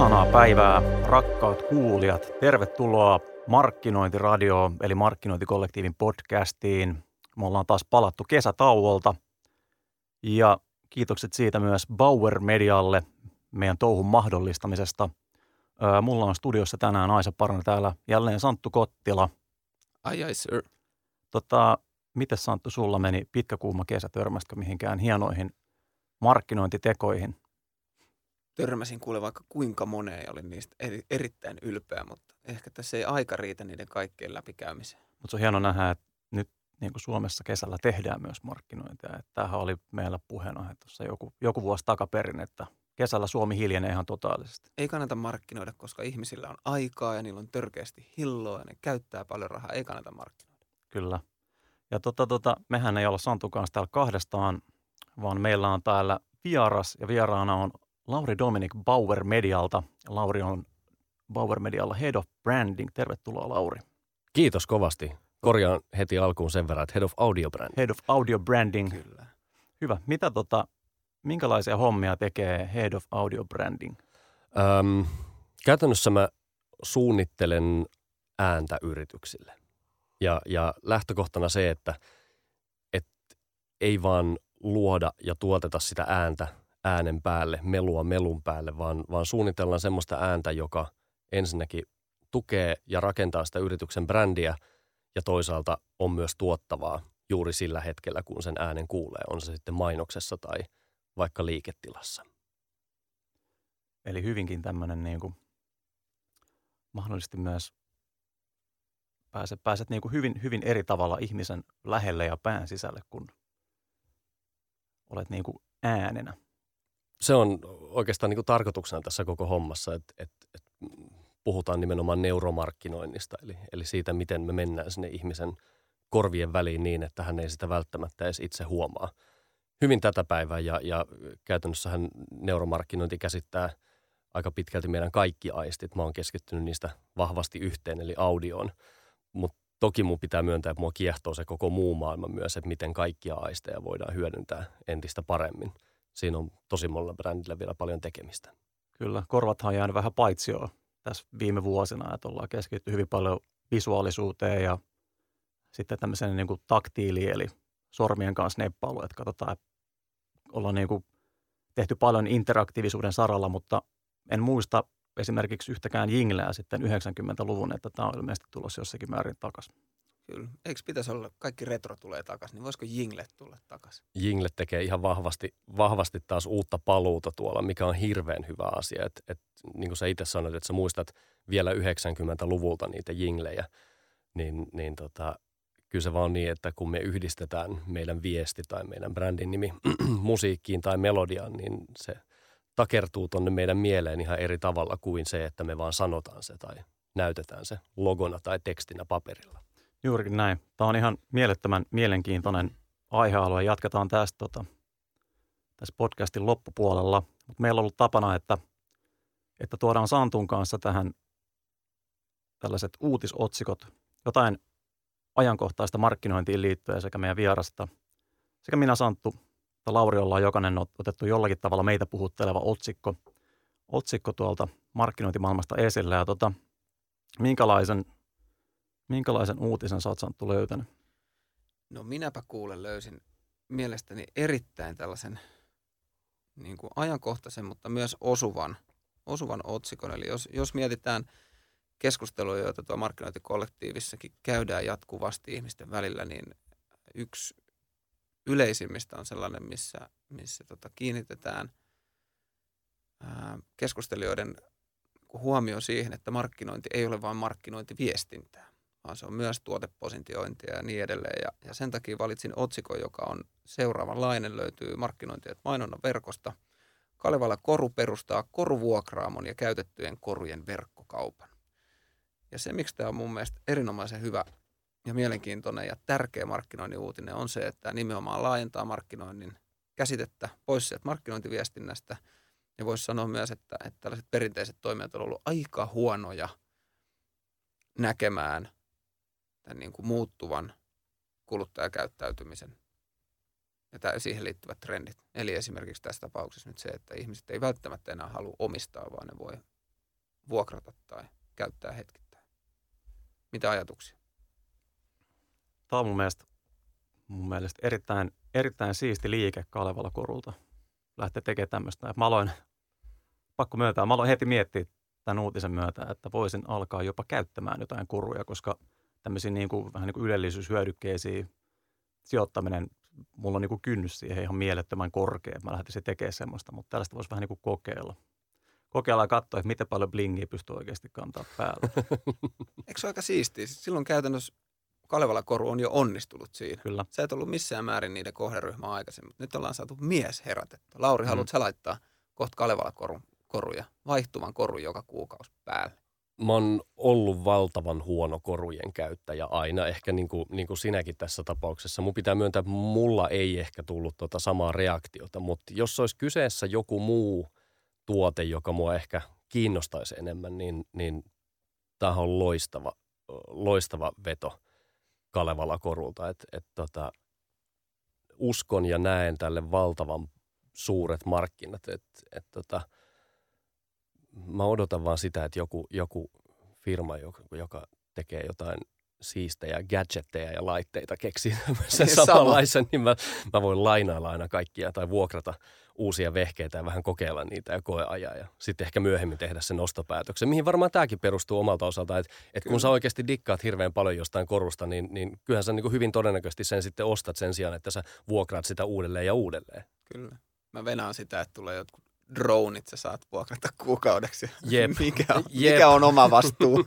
Ihanaa päivää, rakkaat kuulijat. Tervetuloa Markkinointiradioon, eli Markkinointikollektiivin podcastiin. Me ollaan taas palattu kesätauolta. Ja kiitokset siitä myös Bauer Medialle meidän touhun mahdollistamisesta. Mulla on studiossa tänään Aisa Parna täällä, jälleen Santtu Kottila. Ai sir. Miten Santtu sulla meni pitkä kuuma kesä, törmäsitkö mihinkään hienoihin markkinointitekoihin? Törmäsin kuule vaikka kuinka moneen ja olin niistä erittäin ylpeä, mutta ehkä tässä ei aika riitä niiden kaikkien läpikäymiseen. Mutta se on hieno nähdä, että nyt niin kuin Suomessa kesällä tehdään myös markkinointia. Tämähän oli meillä puheena tuossa joku vuosi takaperin, että kesällä Suomi hiljenee ihan totaalisesti. Ei kannata markkinoida, koska ihmisillä on aikaa ja niillä on törkeästi hilloa ja ne käyttää paljon rahaa. Ei kannata markkinoida. Kyllä. Ja mehän ei olla Santun kanssa täällä kahdestaan, vaan meillä on täällä vieras ja vieraana on Lauri Dominic Bauer Medialta. Lauri on Bauer Medialla Head of Branding. Tervetuloa, Lauri. Kiitos kovasti. Korjaan heti alkuun sen verran, että Head of Audio Branding. Head of Audio Branding. Kyllä. Hyvä. Minkälaisia hommia tekee Head of Audio Branding? Käytännössä mä suunnittelen ääntä yrityksille. Ja lähtökohtana se, että ei vaan luoda ja tuoteta sitä ääntä äänen päälle, melua melun päälle, vaan suunnitellaan semmoista ääntä, joka ensinnäkin tukee ja rakentaa sitä yrityksen brändiä ja toisaalta on myös tuottavaa juuri sillä hetkellä, kun sen äänen kuulee, on se sitten mainoksessa tai vaikka liiketilassa. Eli hyvinkin tämmöinen niin kuin mahdollisesti myös pääset niin kuin hyvin eri tavalla ihmisen lähelle ja pään sisälle, kun olet niin kuin äänenä. Se on oikeastaan niin kuin tarkoituksena tässä koko hommassa, että puhutaan nimenomaan neuromarkkinoinnista, eli siitä, miten me mennään sinne ihmisen korvien väliin niin, että hän ei sitä välttämättä edes itse huomaa. Hyvin tätä päivää ja käytännössähän neuromarkkinointi käsittää aika pitkälti meidän kaikki aistit. Mä oon keskittynyt niistä vahvasti yhteen, eli audioon, mutta toki mun pitää myöntää, että mua kiehtoo se koko muu maailma myös, että miten kaikkia aisteja voidaan hyödyntää entistä paremmin. Siinä on tosi monella brändillä vielä paljon tekemistä. Kyllä, korvathan on jäänyt vähän paitsioon tässä viime vuosina, että ollaan keskittynyt hyvin paljon visuaalisuuteen ja sitten tämmöisen niin kuin taktiiliin, eli sormien kanssa neppailu, että katsotaan, että ollaan niin kuin tehty paljon interaktiivisuuden saralla, mutta en muista esimerkiksi yhtäkään jingleä sitten 90-luvun, että tämä on ilmeisesti tulossa jossakin määrin takaisin. Kyllä. Eikö pitäisi olla, kaikki retro tulee takaisin, niin voisiko jinglet tulla takaisin? Jingle tekee ihan vahvasti taas uutta paluuta tuolla, mikä on hirveän hyvä asia. Niin kuin sä itse sanoit, että sä muistat vielä 90-luvulta niitä jinglejä, niin kyllä se vaan niin, että kun me yhdistetään meidän viesti tai meidän brändin nimi musiikkiin tai melodiaan, niin se takertuu tonne meidän mieleen ihan eri tavalla kuin se, että me vaan sanotaan se tai näytetään se logona tai tekstinä paperilla. Juurikin näin. Tämä on ihan mielettömän mielenkiintoinen aihealue. Jatketaan tästä tässä podcastin loppupuolella. Mutta meillä on ollut tapana, että tuodaan Santun kanssa tähän tällaiset uutisotsikot, jotain ajankohtaista markkinointiin liittyen sekä meidän vierasta. Sekä minä, Santtu ja Lauri ollaan jokainen otettu jollakin tavalla meitä puhutteleva otsikko tuolta markkinointimaailmasta esille. Ja minkälaisen uutisen sä oot, Santtu, löytänyt? No minäpä kuule löysin mielestäni erittäin tällaisen niin kuin ajankohtaisen, mutta myös osuvan otsikon. Eli jos mietitään keskusteluja, joita tuo markkinointikollektiivissakin käydään jatkuvasti ihmisten välillä, niin yksi yleisimmistä on sellainen, missä kiinnitetään keskustelijoiden huomio siihen, että markkinointi ei ole vain markkinointiviestintää, vaan se on myös tuotepositiointia ja niin edelleen. Ja sen takia valitsin otsikon, joka on seuraavanlainen, löytyy markkinointi- ja mainonnan verkosta. Kalevala Koru perustaa koruvuokraamon ja käytettyjen korujen verkkokaupan. Ja se, miksi tämä on mun mielestä erinomaisen hyvä ja mielenkiintoinen ja tärkeä markkinoinnin uutinen, on se, että nimenomaan laajentaa markkinoinnin käsitettä pois sieltä markkinointiviestinnästä. Ja voisi sanoa myös, että tällaiset perinteiset toimijat on ollut aika huonoja näkemään tämän niin kuin muuttuvan kuluttajakäyttäytymisen ja siihen liittyvät trendit. Eli esimerkiksi tässä tapauksessa nyt se, että ihmiset ei välttämättä enää halua omistaa, vaan ne voi vuokrata tai käyttää hetkittäin? Mitä ajatuksia? Tämä on mun mielestä erittäin siisti liike Kalevala Korulta lähteä tekemään tämmöistä. Pakko myöntää, mä aloin heti miettiä tämän uutisen myötä, että voisin alkaa jopa käyttämään jotain koruja, koska tämmöisiä vähän niin kuin ylellisyyshyödykkeisiin sijoittaminen, mulla on niin kuin kynnys siihen ihan mielettömän korkea. Mä lähtisin tekemään semmoista, mutta tällaista voisi vähän niin kuin kokeilla. Kokeilla ja katsoa, että miten paljon blingiä pystyy oikeasti kantaa päälle. Eikö se ole aika siistiä? Silloin käytännössä Kalevala Koru on jo onnistunut siinä. Kyllä. Sä et ollut missään määrin niiden kohderyhmä aikaisemmin, mutta nyt ollaan saatu mies herätetty. Lauri, haluatko sä laittaa kohta Kalevala koruja, vaihtuvan korun joka kuukausi päälle? Mä oon ollut valtavan huono korujen käyttäjä aina, ehkä niin kuin sinäkin tässä tapauksessa. Mun pitää myöntää, että mulla ei ehkä tullut samaa reaktiota, mutta jos olisi kyseessä joku muu tuote, joka mua ehkä kiinnostaisi enemmän, niin tämä on loistava veto Kalevala Korulta. Uskon ja näen tälle valtavan suuret markkinat, mä odotan vaan sitä, että joku firma, joka tekee jotain siistejä gadgetteja ja laitteita keksii tämmöisen samanlaisen, niin mä voin lainailla aina kaikkia tai vuokrata uusia vehkeitä ja vähän kokeilla niitä ja koeajaa ja sitten ehkä myöhemmin tehdä sen ostopäätöksen, mihin varmaan tämäkin perustuu omalta osalta, että kun sä oikeasti dikkaat hirveän paljon jostain korusta, niin kyllähän sä niin kuin hyvin todennäköisesti sen sitten ostat sen sijaan, että sä vuokraat sitä uudelleen ja uudelleen. Kyllä. Mä venaan sitä, että tulee jotkut droneit, sä saat vuokrata kuukaudeksi. Jep. Mikä on oma vastuu?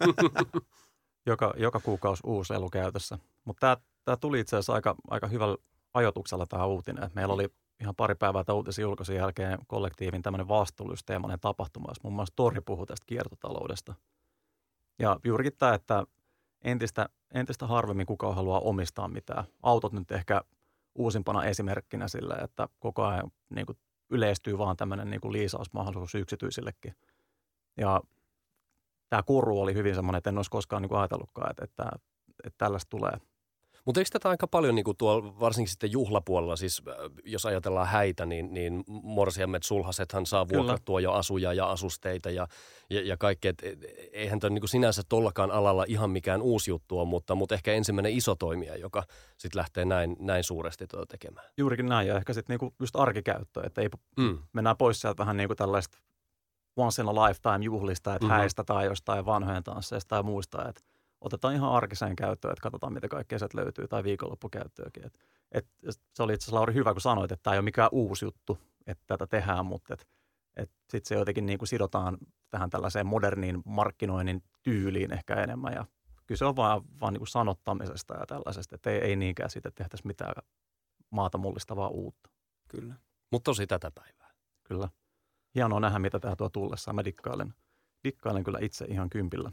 joka kuukausi uusi elu käytössä. Mutta tämä tuli itse asiassa aika hyvällä ajoituksella tähän uutinen. Et meillä oli ihan pari päivää tämän uutisen julkaisun jälkeen kollektiivin tämmöinen vastuullisteemainen tapahtuma, jossa muun muassa Tori puhui tästä kiertotaloudesta. Ja juurikin tämä, että entistä harvemmin kukaan haluaa omistaa mitään. Autot nyt ehkä uusimpana esimerkkinä sille, että koko ajan niin kuin yleistyy vaan tämmöinen niin kuin liisausmahdollisuus yksityisillekin. Ja tämä koru oli hyvin semmoinen, että en olisi koskaan niin kuin ajatellutkaan, että tällaista tulee. Mutta eikö tätä aika paljon niin kuin tuolla, varsinkin sitten juhlapuolella, siis jos ajatellaan häitä, niin morsiammet, sulhasethan saa vuokrattua jo asuja ja asusteita ja kaikkea. Eihän tämä niin kuin sinänsä tollakaan alalla ihan mikään uusi juttu on, mutta ehkä ensimmäinen iso toimija, joka sitten lähtee näin suuresti tekemään. Juurikin näin, ja ehkä sitten niinku just arkikäyttöä, että ei mennään pois sieltä vähän niin kuin tällaista once in a lifetime juhlista, että häistä tai jostain vanhojen tansseista tai muista, että otetaan ihan arkiseen käyttöön, että katsotaan, mitä kaikkea sieltä löytyy, tai viikonloppukäyttöäkin. Se oli itse asiassa, Lauri, hyvä, kun sanoit, että tämä ei ole mikään uusi juttu, että tätä tehdään, mutta sitten se jotenkin niin kuin sidotaan tähän tällaiseen moderniin markkinoinnin tyyliin ehkä enemmän. Ja kyllä se on vaan niin kuin sanottamisesta ja tällaisesta, että ei niinkään siitä, että tehtäisiin mitään maata mullistavaa uutta. Kyllä. Mutta tosi tätä päivää. Kyllä. Hienoa nähdä, mitä tämä tuo tullessaan. Mä dikkailen kyllä itse ihan kympillä.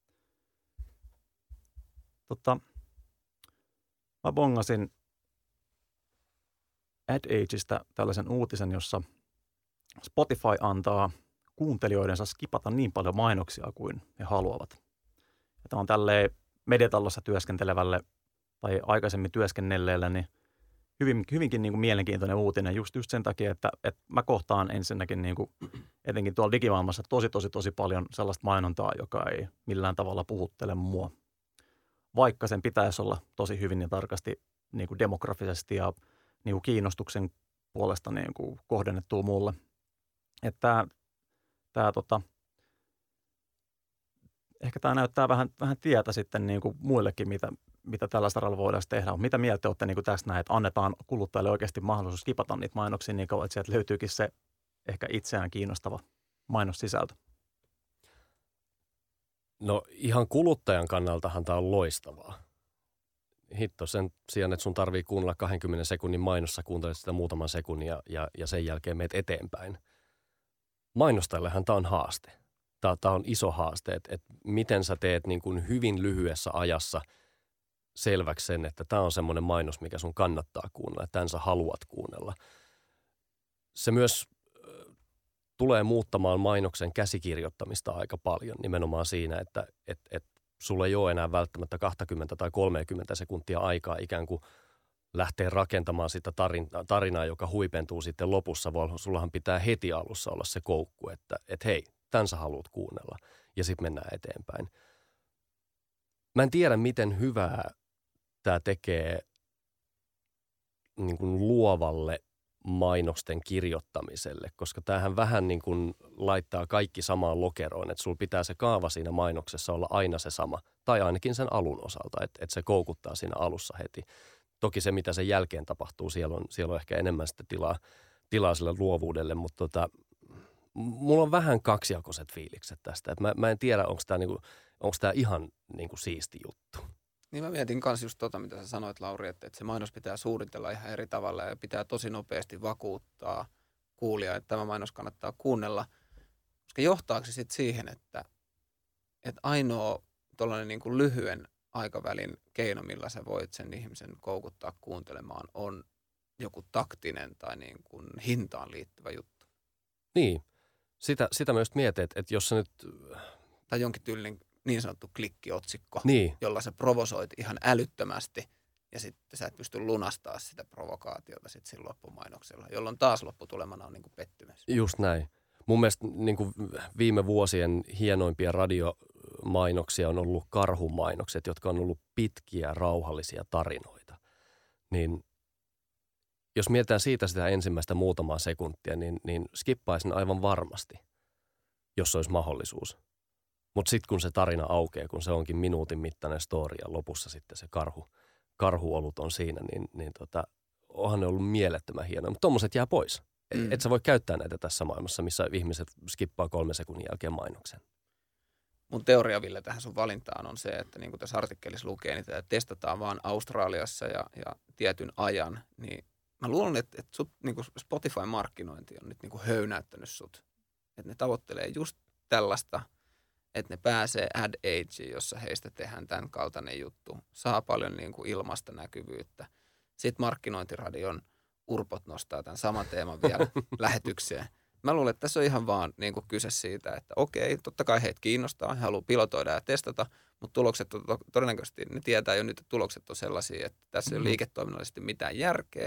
Mä bongasin AdAgeista tällaisen uutisen, jossa Spotify antaa kuuntelijoidensa skipata niin paljon mainoksia kuin he haluavat. Ja tämä on tälleen mediatalossa työskentelevälle tai aikaisemmin työskennelleelle niin hyvinkin niin kuin mielenkiintoinen uutinen just sen takia, että mä kohtaan ensinnäkin niin kuin, etenkin tuolla digimaailmassa tosi paljon sellaista mainontaa, joka ei millään tavalla puhuttele mua. Vaikka sen pitäisi olla tosi hyvin ja tarkasti niin kuin demografisesti ja niin kuin kiinnostuksen puolesta niin kuin kohdennettua mulle. Että ehkä tämä näyttää vähän tietä sitten niin kuin muillekin, mitä tällä saralla voidaan tehdä. Mitä mieltä olette niin kuin tästä näin, että annetaan kuluttajille oikeasti mahdollisuus skipata niitä mainoksia niin kauan, että sieltä löytyykin se ehkä itseään kiinnostava mainossisältö? No ihan kuluttajan kannaltahan tämä on loistavaa. Hitto, sen sijaan, että sun tarvii kuunnella 20 sekunnin mainossa, kuuntelet sitä muutaman sekunnin ja sen jälkeen meet eteenpäin. Mainostajillehan tämä on haaste. Tämä on iso haaste, että miten sä teet niin kuin hyvin lyhyessä ajassa selväksi sen, että tämä on semmoinen mainos, mikä sun kannattaa kuunnella, että tämän sä haluat kuunnella. Se myös tulee muuttamaan mainoksen käsikirjoittamista aika paljon nimenomaan siinä, että sulla ei ole enää välttämättä 20 tai 30 sekuntia aikaa ikään kuin lähteä rakentamaan sitä tarinaa, joka huipentuu sitten lopussa, vaan sullahan pitää heti alussa olla se koukku, että hei, tämän sä haluat kuunnella. ja sitten mennään eteenpäin. Mä en tiedä, miten hyvää tämä tekee niin kuin luovalle mainosten kirjoittamiselle, koska tämähän vähän niin kuin laittaa kaikki samaan lokeroon, että sulla pitää se kaava siinä mainoksessa olla aina se sama, tai ainakin sen alun osalta, että se koukuttaa siinä alussa heti. Toki se, mitä sen jälkeen tapahtuu, siellä on ehkä enemmän sitten tilaa sille luovuudelle, mutta mulla on vähän kaksijakoiset fiilikset tästä. Että mä en tiedä, onko tämä ihan niinku siisti juttu. Niin mä mietin myös just mitä sä sanoit, Lauri, että se mainos pitää suunnitella ihan eri tavalla ja pitää tosi nopeasti vakuuttaa kuulijaa, että tämä mainos kannattaa kuunnella. Koska johtaako se sitten siihen, että ainoa tuollainen niin kuin lyhyen aikavälin keino, millä sä voit sen ihmisen koukuttaa kuuntelemaan, on joku taktinen tai niin kuin hintaan liittyvä juttu. Niin, sitä myös mietit, että jos sä nyt... Tai jonkin tyylinen niin sanottu klikkiotsikko, niin, jolla sä provosoit ihan älyttömästi ja sitten sä et pysty lunastaa sitä provokaatiota sitten siinä loppumainoksella, jolloin taas lopputulemana on niin kuin pettymys. Just näin. Mun mielestä niin kuin viime vuosien hienoimpia radiomainoksia on ollut karhumainokset, jotka on ollut pitkiä, rauhallisia tarinoita. Niin jos mietitään siitä sitä ensimmäistä muutamaa sekuntia, niin skippaisin aivan varmasti, jos olisi mahdollisuus. Mutta sitten kun se tarina aukeaa, kun se onkin minuutin mittainen story ja lopussa sitten se karhuolut on siinä, niin onhan ne ollut mielettömän hienoja. Mutta tommoset jää pois. Et sä voi käyttää näitä tässä maailmassa, missä ihmiset skippaa 3 sekunnin jälkeen mainoksen. Mun teoria, Ville, tähän sun valintaan on se, että niin kuin tässä artikkelissa lukee, niin tätä testataan vaan Australiassa ja tietyn ajan. Niin mä luulen, että sut, niin kuin Spotify-markkinointi on nyt niin kuin höynäyttänyt sut. Että ne tavoittelee just tällaista, että ne pääsee ad ageen, jossa heistä tehdään tämän kaltainen juttu. Saa paljon niin kuin ilmaista näkyvyyttä. Sitten markkinointiradion urpot nostaa tämän saman teeman vielä lähetykseen. Mä luulen, että tässä on ihan vaan niin kuin kyse siitä, että okei, totta kai heitä kiinnostaa, he haluaa pilotoida ja testata, mutta tulokset on todennäköisesti, ne tietää jo nyt, että tulokset on sellaisia, että tässä ei ole liiketoiminnallisesti mitään järkeä.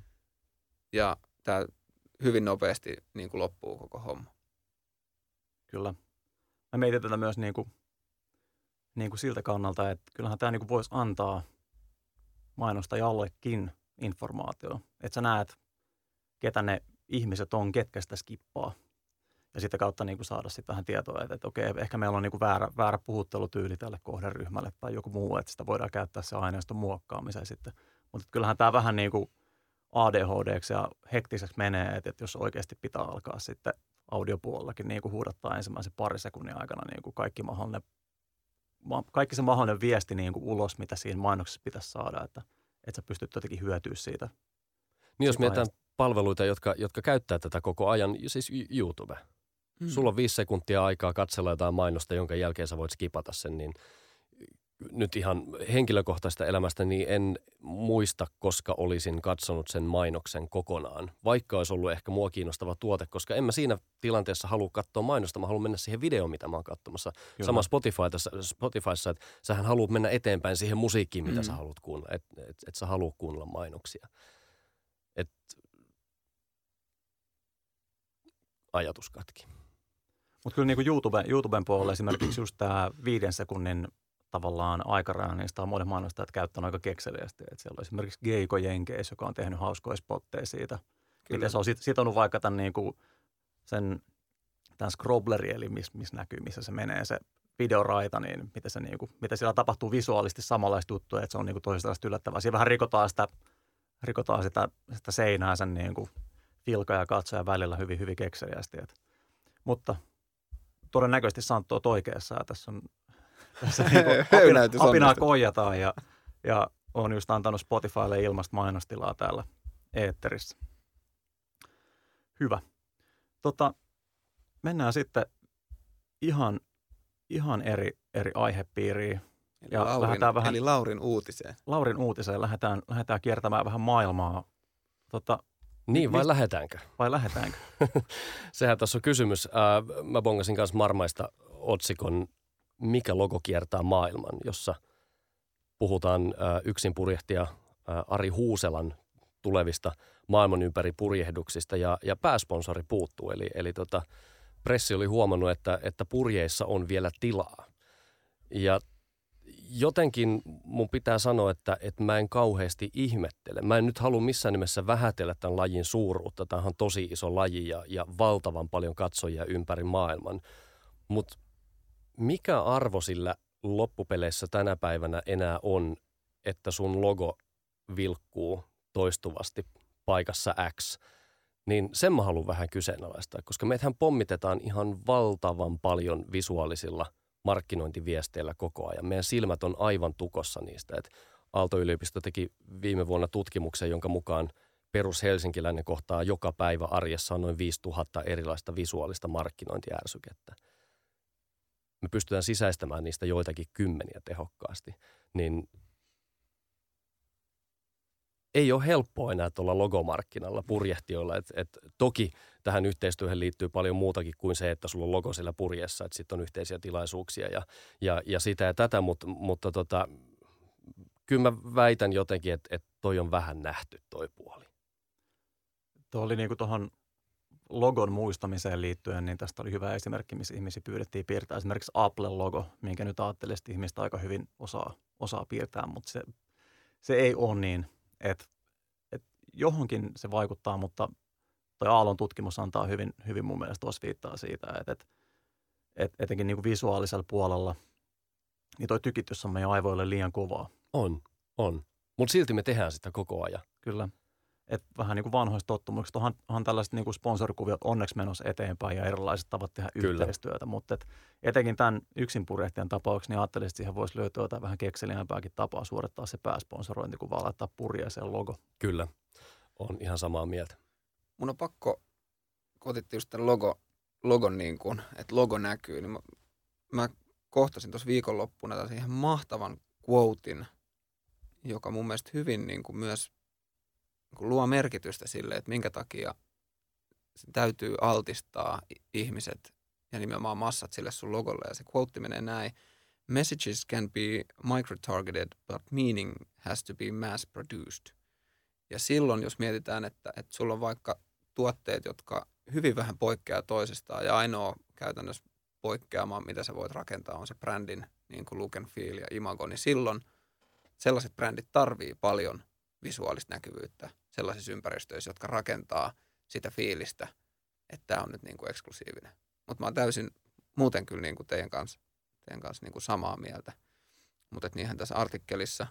Ja tämä hyvin nopeasti niin kuin loppuu koko homma. Kyllä. Mä mietin tätä myös niin kuin siltä kannalta, että kyllähän tämä niin kuin voisi antaa mainostajallekin informaatio. Että sä näet, ketä ne ihmiset on, ketkä sitä skippaa. Ja sitä kautta niin kuin saada sitten vähän tietoa, että okei, ehkä meillä on niin kuin väärä puhuttelutyyli tälle kohderyhmälle tai joku muu, että sitä voidaan käyttää se aineiston muokkaamiseen sitten. Mutta kyllähän tämä vähän niin kuin ADHD:ksi ja hektiseksi menee, että jos oikeasti pitää alkaa sitten audiopuolellakin niin kuin huudattaa ensimmäisen 2 sekunnin aikana niin kuin kaikki se mahdollinen viesti niin kuin ulos, mitä siinä mainoksessa pitäisi saada, että sä pystyt jotenkin hyötyä siitä. Niin jos mietitään palveluita, jotka käyttää tätä koko ajan, siis YouTube. Sulla on 5 sekuntia aikaa katsella jotain mainosta, jonka jälkeen sä voit skipata sen, niin nyt ihan henkilökohtaista elämästä, niin en muista, koska olisin katsonut sen mainoksen kokonaan. Vaikka olisi ollut ehkä mua kiinnostava tuote, koska en mä siinä tilanteessa halua katsoa mainosta, mä haluan mennä siihen videoon, mitä mä oon katsomassa. Kyllä. Sama Spotifyssa, että sähän haluat mennä eteenpäin siihen musiikkiin, mitä sä haluat kuunnella, et sä haluat kuunnella mainoksia. Ajatus katki. Mutta kyllä niin kuin YouTuben puolella esimerkiksi just tämä 5 sekunnin tavallaan aikaraja, niin sitä on monet mainostajat käyttänyt aika kekseliästi. Et siellä on esimerkiksi Geiko Jenkeissä, joka on tehnyt hauskoja spotteja siitä. Miten se on sitonut vaikka tämän, niin kuin tämän scrobbleri, eli missä näkyy, missä se menee se videoraita, niin miten siellä tapahtuu visuaalisesti samanlaista juttuja, että se on niin kuin toisaalta yllättävää. Siinä vähän rikotaan sitä seinää sen niin kuin filka ja katsoja välillä hyvin, hyvin kekseliästi. Mutta todennäköisesti Santtu on oikeassa ja tässä niin apinaa koijataan ja on just antanut Spotifylle ilmasta mainostilaa täällä eetterissä. Hyvä. Mennään sitten ihan eri aihepiiriin. Eli Laurin uutiseen. Laurin uutiseen lähdetään kiertämään vähän maailmaa. Niin, vai lähdetäänkö? Sehän tässä on kysymys. Mä bongasin kanssa Marmaista otsikon Mikä logo kiertää maailman, jossa puhutaan yksinpurjehtija Ari Huuselan tulevista maailman ympäri purjehduksista ja pääsponsori puuttuu. Eli pressi oli huomannut, että purjeissa on vielä tilaa. Ja jotenkin mun pitää sanoa, että mä en kauheasti ihmettele. Mä en nyt halua missään nimessä vähätellä tämän lajin suuruutta. Tämä on tosi iso laji ja valtavan paljon katsojia ympäri maailman. Mutta mikä arvo sillä loppupeleissä tänä päivänä enää on, että sun logo vilkkuu toistuvasti paikassa X, niin sen mä haluan vähän kyseenalaistaa, koska meithän pommitetaan ihan valtavan paljon visuaalisilla markkinointiviesteillä koko ajan. Meidän silmät on aivan tukossa niistä. Et Aalto-yliopisto teki viime vuonna tutkimuksen, jonka mukaan perushelsinkiläinen kohtaa joka päivä arjessaan noin 5000 erilaista visuaalista markkinointiärsykettä. Me pystytään sisäistämään niistä joitakin kymmeniä tehokkaasti, niin ei ole helppoa enää tuolla logomarkkinalla purjehtijoilla. Toki tähän yhteistyöhön liittyy paljon muutakin kuin se, että sulla on logo siellä purjessa, että sitten on yhteisiä tilaisuuksia ja sitä ja tätä, mutta kyllä mä väitän jotenkin, että toi on vähän nähty toi puoli. Tuo oli niin kuin tuohon logon muistamiseen liittyen, niin tästä oli hyvä esimerkki, missä ihmisiä pyydettiin piirtää. Esimerkiksi Apple-logo, minkä nyt ajattelee, että ihmiset aika hyvin osaa piirtää, mutta se ei ole niin, että johonkin se vaikuttaa, mutta toi Aallon tutkimus antaa hyvin mun mielestä tuossa viittaa siitä, että etenkin niin kuin visuaalisella puolella, niin toi tykitys on meidän aivoille liian kovaa. On. Mutta silti me tehdään sitä koko ajan. Kyllä. Että vähän niin kuin vanhoista tottumuksista onhan tällaiset niin kuin sponsorikuviot onneksi menossa eteenpäin ja erilaiset tavat tehdä yhteistyötä, mutta etenkin tämän yksinpurjehtijan tapauksessa niin ajattelin, että siihen voisi löytyä jotain vähän kekseliämpääkin tapaa suorittaa se pääsponsorointi, kun vaan laittaa purjeeseen logo. Kyllä, on ihan samaa mieltä. Mun on pakko, kun otitte just tämän logon niin kuin, että logo näkyy, niin mä kohtasin tuossa viikonloppuna tällaisen ihan mahtavan quotein, joka mun mielestä hyvin niin kuin myös luo merkitystä sille, että minkä takia täytyy altistaa ihmiset ja nimenomaan massat sille sun logolle. Ja se quote menee näin: "Messages can be micro-targeted, but meaning has to be mass-produced." Ja silloin, jos mietitään, että sulla on vaikka tuotteet, jotka hyvin vähän poikkeaa toisestaan ja ainoa käytännössä poikkeama, mitä sä voit rakentaa, on se brändin niin kuin look and feel ja imago, niin silloin sellaiset brändit tarvii paljon visuaalista näkyvyyttä sellaisissa ympäristöissä, jotka rakentaa sitä fiilistä, että tämä on nyt niin kuin eksklusiivinen. Mutta mä oon täysin muuten kyllä niin kuin teidän kanssa niin kuin samaa mieltä. Mutta niinhän tässä artikkelissa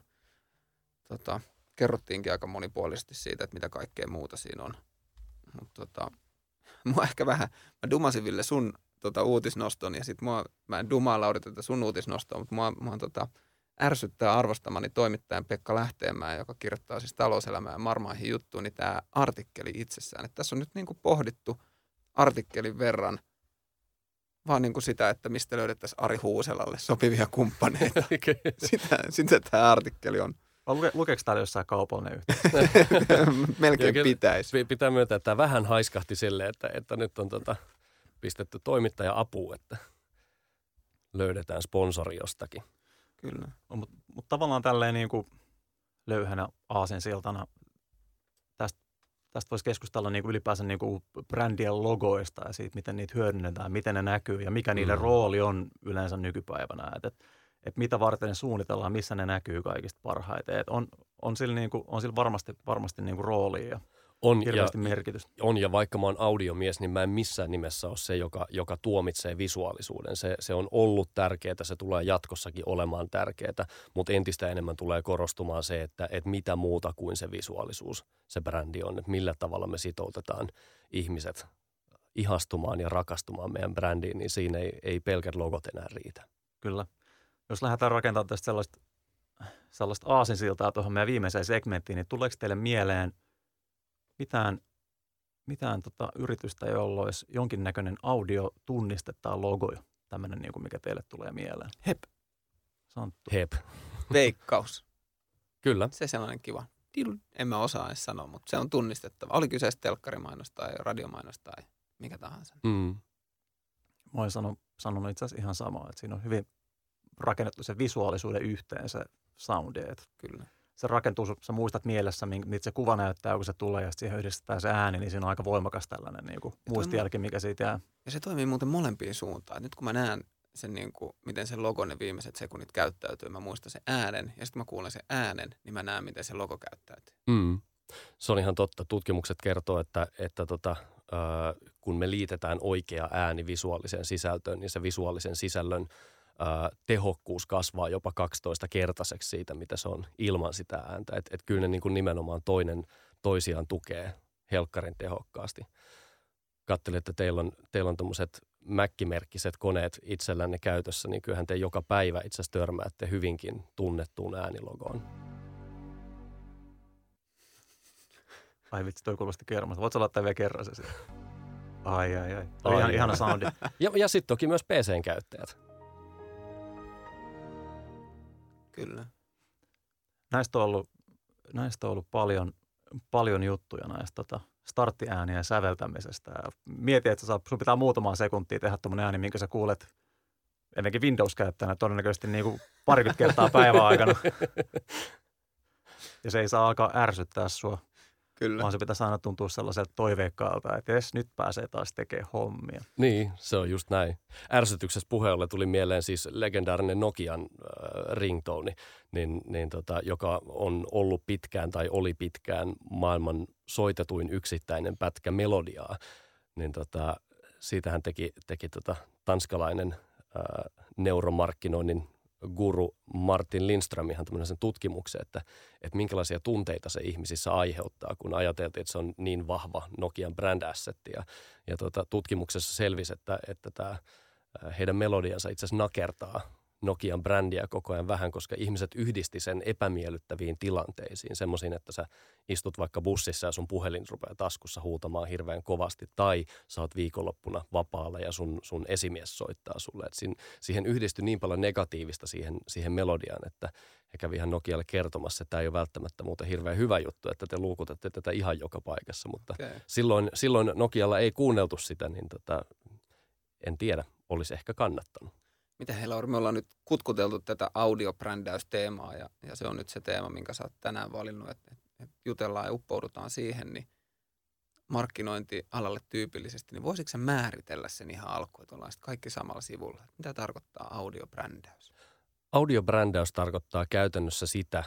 kerrottiinkin aika monipuolisesti siitä, että mitä kaikkea muuta siinä on. Mutta mua ehkä vähän, mä dumasin Ville sun uutisnoston ja sit mä en dumaa Lauri tätä sun uutisnostoa, mutta mua ärsyttää arvostamani toimittajan Pekka Lähteenmäen, joka kirjoittaa siis Talouselämään ja Marmaihin juttuun, niin tämä artikkeli itsessään. Että tässä on nyt niin kuin pohdittu artikkelin verran vaan niin kuin sitä, että mistä löydettäisiin Ari Huuselalle sopivia kumppaneita. Sitä tämä artikkeli on. Lukeeko täällä jossain kaupallinen yhteys? Melkein pitäisi. Pitää myöntää, että tämä vähän haiskahti sille, että nyt on pistetty toimittaja apuun, että löydetään sponsori jostakin. Kyllä. No, mutta tavallaan tälleen niin kuin löyhänä aasinsiltana tästä voisi keskustella niin kuin ylipäänsä niin kuin brändien logoista ja siitä, miten niitä hyödynnetään, miten ne näkyy ja mikä niiden rooli on yleensä nykypäivänä. Että mitä varten ne suunnitellaan, missä ne näkyy kaikista parhaiten. On sillä varmasti niin kuin roolia ja hirveästi merkitystä. Ja vaikka mä oon audiomies, niin mä en missään nimessä ole se, joka tuomitsee visuaalisuuden. Se on ollut tärkeää, se tulee jatkossakin olemaan tärkeää, mutta entistä enemmän tulee korostumaan se, että mitä muuta kuin se visuaalisuus se brändi on. Että millä tavalla me sitoutetaan ihmiset ihastumaan ja rakastumaan meidän brändiin, niin siinä ei pelkät logot enää riitä. Kyllä. Jos lähdetään rakentamaan tästä sellaista aasinsiltaa tuohon meidän viimeiseen segmenttiin, niin tuleeko teille mieleen mitään yritystä, jolla olisi jonkinnäköinen audiotunniste tai logo, tämmöinen, niin kuin mikä teille tulee mieleen? Hep. Santtu. Hep. Veikkaus. Kyllä. Se sellainen kiva. En mä osaa edes sanoa, mutta se on tunnistettava. Oli kyseessä telkkarimainos tai radiomainos tai mikä tahansa. Mä oon sanonut itse asiassa ihan samaa, että siinä on hyvin rakennettu se visuaalisuuden yhteen se soundi. Kyllä. se rakentuu, sä muistat mielessä, mitä se kuva näyttää, kun se tulee ja siihen yhdistetään se ääni, niin siinä on aika voimakas tällainen niin kuin muistijälki, mikä siitä jää. Ja se toimii muuten molempiin suuntaan. Nyt kun mä näen sen, niin kuin, miten se logo ne viimeiset sekunnit käyttäytyy, mä muistan sen äänen ja sitten mä kuulen sen äänen, niin mä näen, miten se logo käyttäytyy. Se on ihan totta. Tutkimukset kertoo, että kun me liitetään oikea ääni visuaaliseen sisältöön, niin se visuaalisen sisällön tehokkuus kasvaa jopa 12-kertaiseksi siitä, mitä se on ilman sitä ääntä. Et kyllä ne niin kuin nimenomaan toinen toisiaan tukee helkkarin tehokkaasti. Katselin, että teillä on tuommoiset Mac-merkkiset koneet itsellänne käytössä, niin kyllähän te joka päivä itse asiassa törmäätte hyvinkin tunnettuun äänilogoon. Ai vitsi, toi kuulosti kermasta. Voitko laittaa vielä kerran se sitten? Ai. Ihana soundi. Ja sitten toki myös PC:n käyttäjät. Kyllä. Näistä on ollut paljon juttuja näistä starttiääniä säveltämisestä. Ja mieti, että sun pitää muutamaa sekuntia tehdä tuommoinen ääni, minkä sä kuulet ennenkin Windows-käyttäjänä todennäköisesti niin kuin parikymmentä kertaa päivän aikana. Ja se ei saa alkaa ärsyttää sua. Kyllä. Vaan se pitäisi aina tuntua sellaiselta toiveikkaalta, että nyt pääsee taas tekemään hommia. Niin, se on just näin. Ärsytyksessä puheelle tuli mieleen siis legendaarinen Nokian ringtone, joka on ollut pitkään tai oli pitkään maailman soitetuin yksittäinen pätkä melodiaa. Niin siitähän teki tanskalainen neuromarkkinoinnin guru Martin Lindström ihan tämmöisen tutkimuksen, että minkälaisia tunteita se ihmisissä aiheuttaa, kun ajateltiin, että se on niin vahva Nokian brand assetti. Ja tutkimuksessa selvisi, että tämä heidän melodiansa itse asiassa nakertaa Nokian brändiä koko ajan vähän, koska ihmiset yhdisti sen epämiellyttäviin tilanteisiin. Semmoisiin, että sä istut vaikka bussissa ja sun puhelin rupeaa taskussa huutamaan hirveän kovasti, tai sä oot viikonloppuna vapaalla ja sun esimies soittaa sulle. Et siihen yhdistyi niin paljon negatiivista siihen melodiaan, että he kävi ihan Nokialle kertomassa, että tämä ei ole välttämättä muuten hirveän hyvä juttu, että te luukutatte tätä ihan joka paikassa. Mutta silloin Nokialla ei kuunneltu sitä, niin en tiedä, olisi ehkä kannattanut. Mitä hei Lauri, me ollaan nyt kutkuteltu tätä audiobrändäysteemaa ja se on nyt se teema, minkä sä oot tänään valinnut, että jutellaan ja uppoudutaan siihen, niin markkinointialalle tyypillisesti, niin voisitko sä määritellä sen ihan alkuun, että ollaan kaikki samalla sivulla? Mitä tarkoittaa audiobrändäys? Audiobrändäys tarkoittaa käytännössä sitä,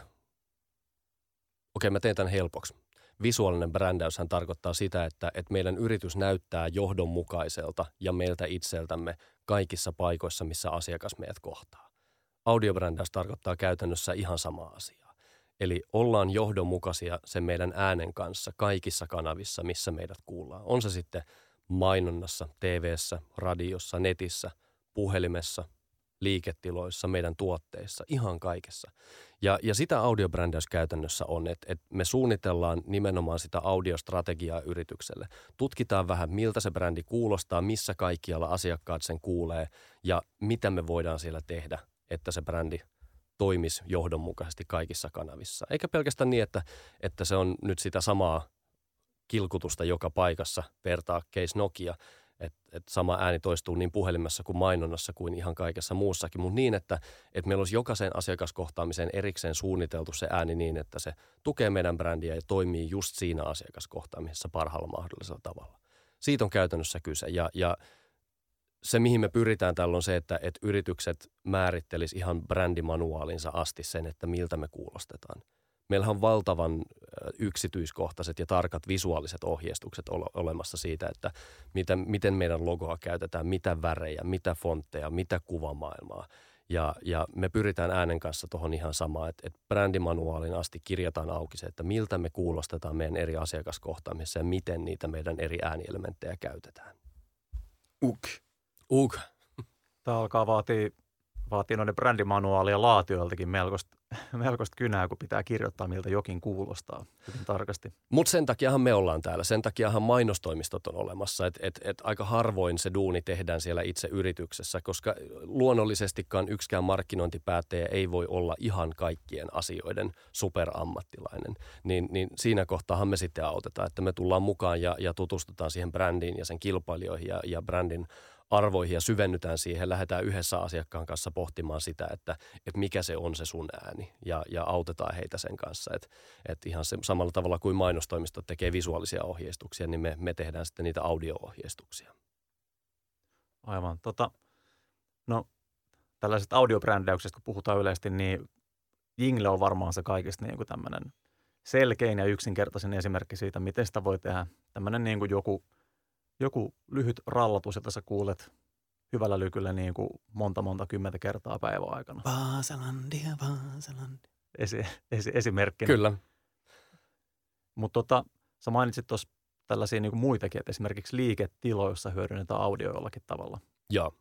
mä teen tämän helpoksi. Visuaalinen brändäyshän tarkoittaa sitä, että meidän yritys näyttää johdonmukaiselta ja meiltä itseltämme kaikissa paikoissa, missä asiakas meidät kohtaa. Audiobrändäys tarkoittaa käytännössä ihan samaa asiaa. Eli ollaan johdonmukaisia sen meidän äänen kanssa kaikissa kanavissa, missä meidät kuullaan. On se sitten mainonnassa, TV:ssä, radiossa, netissä, puhelimessa, liiketiloissa, meidän tuotteissa, ihan kaikessa. Ja sitä audiobrändäys käytännössä on, että me suunnitellaan nimenomaan sitä audiostrategiaa yritykselle. Tutkitaan vähän, miltä se brändi kuulostaa, missä kaikkialla asiakkaat sen kuulee ja mitä me voidaan siellä tehdä, että se brändi toimisi johdonmukaisesti kaikissa kanavissa. Eikä pelkästään niin, että se on nyt sitä samaa kilkutusta joka paikassa, vertaa case Nokia, että sama ääni toistuu niin puhelimessa kuin mainonnassa kuin ihan kaikessa muussakin, mutta niin, että meillä olisi jokaisen asiakaskohtaamiseen erikseen suunniteltu se ääni niin, että se tukee meidän brändiä ja toimii just siinä asiakaskohtaamisessa parhaalla mahdollisella tavalla. Siitä on käytännössä kyse ja se, mihin me pyritään tällä on se, että yritykset määrittelis ihan brändimanuaalinsa asti sen, että miltä me kuulostetaan. Meillähän on valtavan yksityiskohtaiset ja tarkat visuaaliset ohjeistukset olemassa siitä, että miten meidän logoa käytetään, mitä värejä, mitä fontteja, mitä kuvamaailmaa. Ja me pyritään äänen kanssa tuohon ihan samaan, että brändimanuaalin asti kirjataan auki se, että miltä me kuulostetaan meidän eri asiakaskohtaamisessa ja miten niitä meidän eri äänielementtejä käytetään. Tämä alkaa vaatii noiden brändimanuaalien laatijoiltakin melkoista kynää, kun pitää kirjoittaa, miltä jokin kuulostaa hyvin tarkasti. Mutta sen takiahan me ollaan täällä. Sen takiahan mainostoimistot on olemassa. Et aika harvoin se duuni tehdään siellä itse yrityksessä, koska luonnollisestikaan yksikään markkinointipäättäjä ei voi olla ihan kaikkien asioiden superammattilainen. Niin siinä kohtaahan me sitten autetaan, että me tullaan mukaan ja tutustutaan siihen brändiin ja sen kilpailijoihin ja brändin arvoihin ja syvennytään siihen, lähdetään yhdessä asiakkaan kanssa pohtimaan sitä, että mikä se on se sun ääni ja autetaan heitä sen kanssa. Että ihan se, samalla tavalla kuin mainostoimistot tekee visuaalisia ohjeistuksia, niin me tehdään sitten niitä audio-ohjeistuksia. Aivan. No tällaiset audiobrändäyksestä, kun puhutaan yleisesti, niin jingle on varmaan se kaikista niin kuin tämmöinen selkein ja yksinkertaisin esimerkki siitä, miten sitä voi tehdä. Tämmöinen niin kuin joku lyhyt rallatus, jota sä kuulet hyvällä lykyllä niin kuin monta 10 kertaa päivän aikana. Vaasalandia. Esimerkkinä. Kyllä. Mutta sä mainitsit tuossa tällaisia niin kuin muitakin, että esimerkiksi liiketiloissa hyödynnetään audio jollakin tavalla. Joo.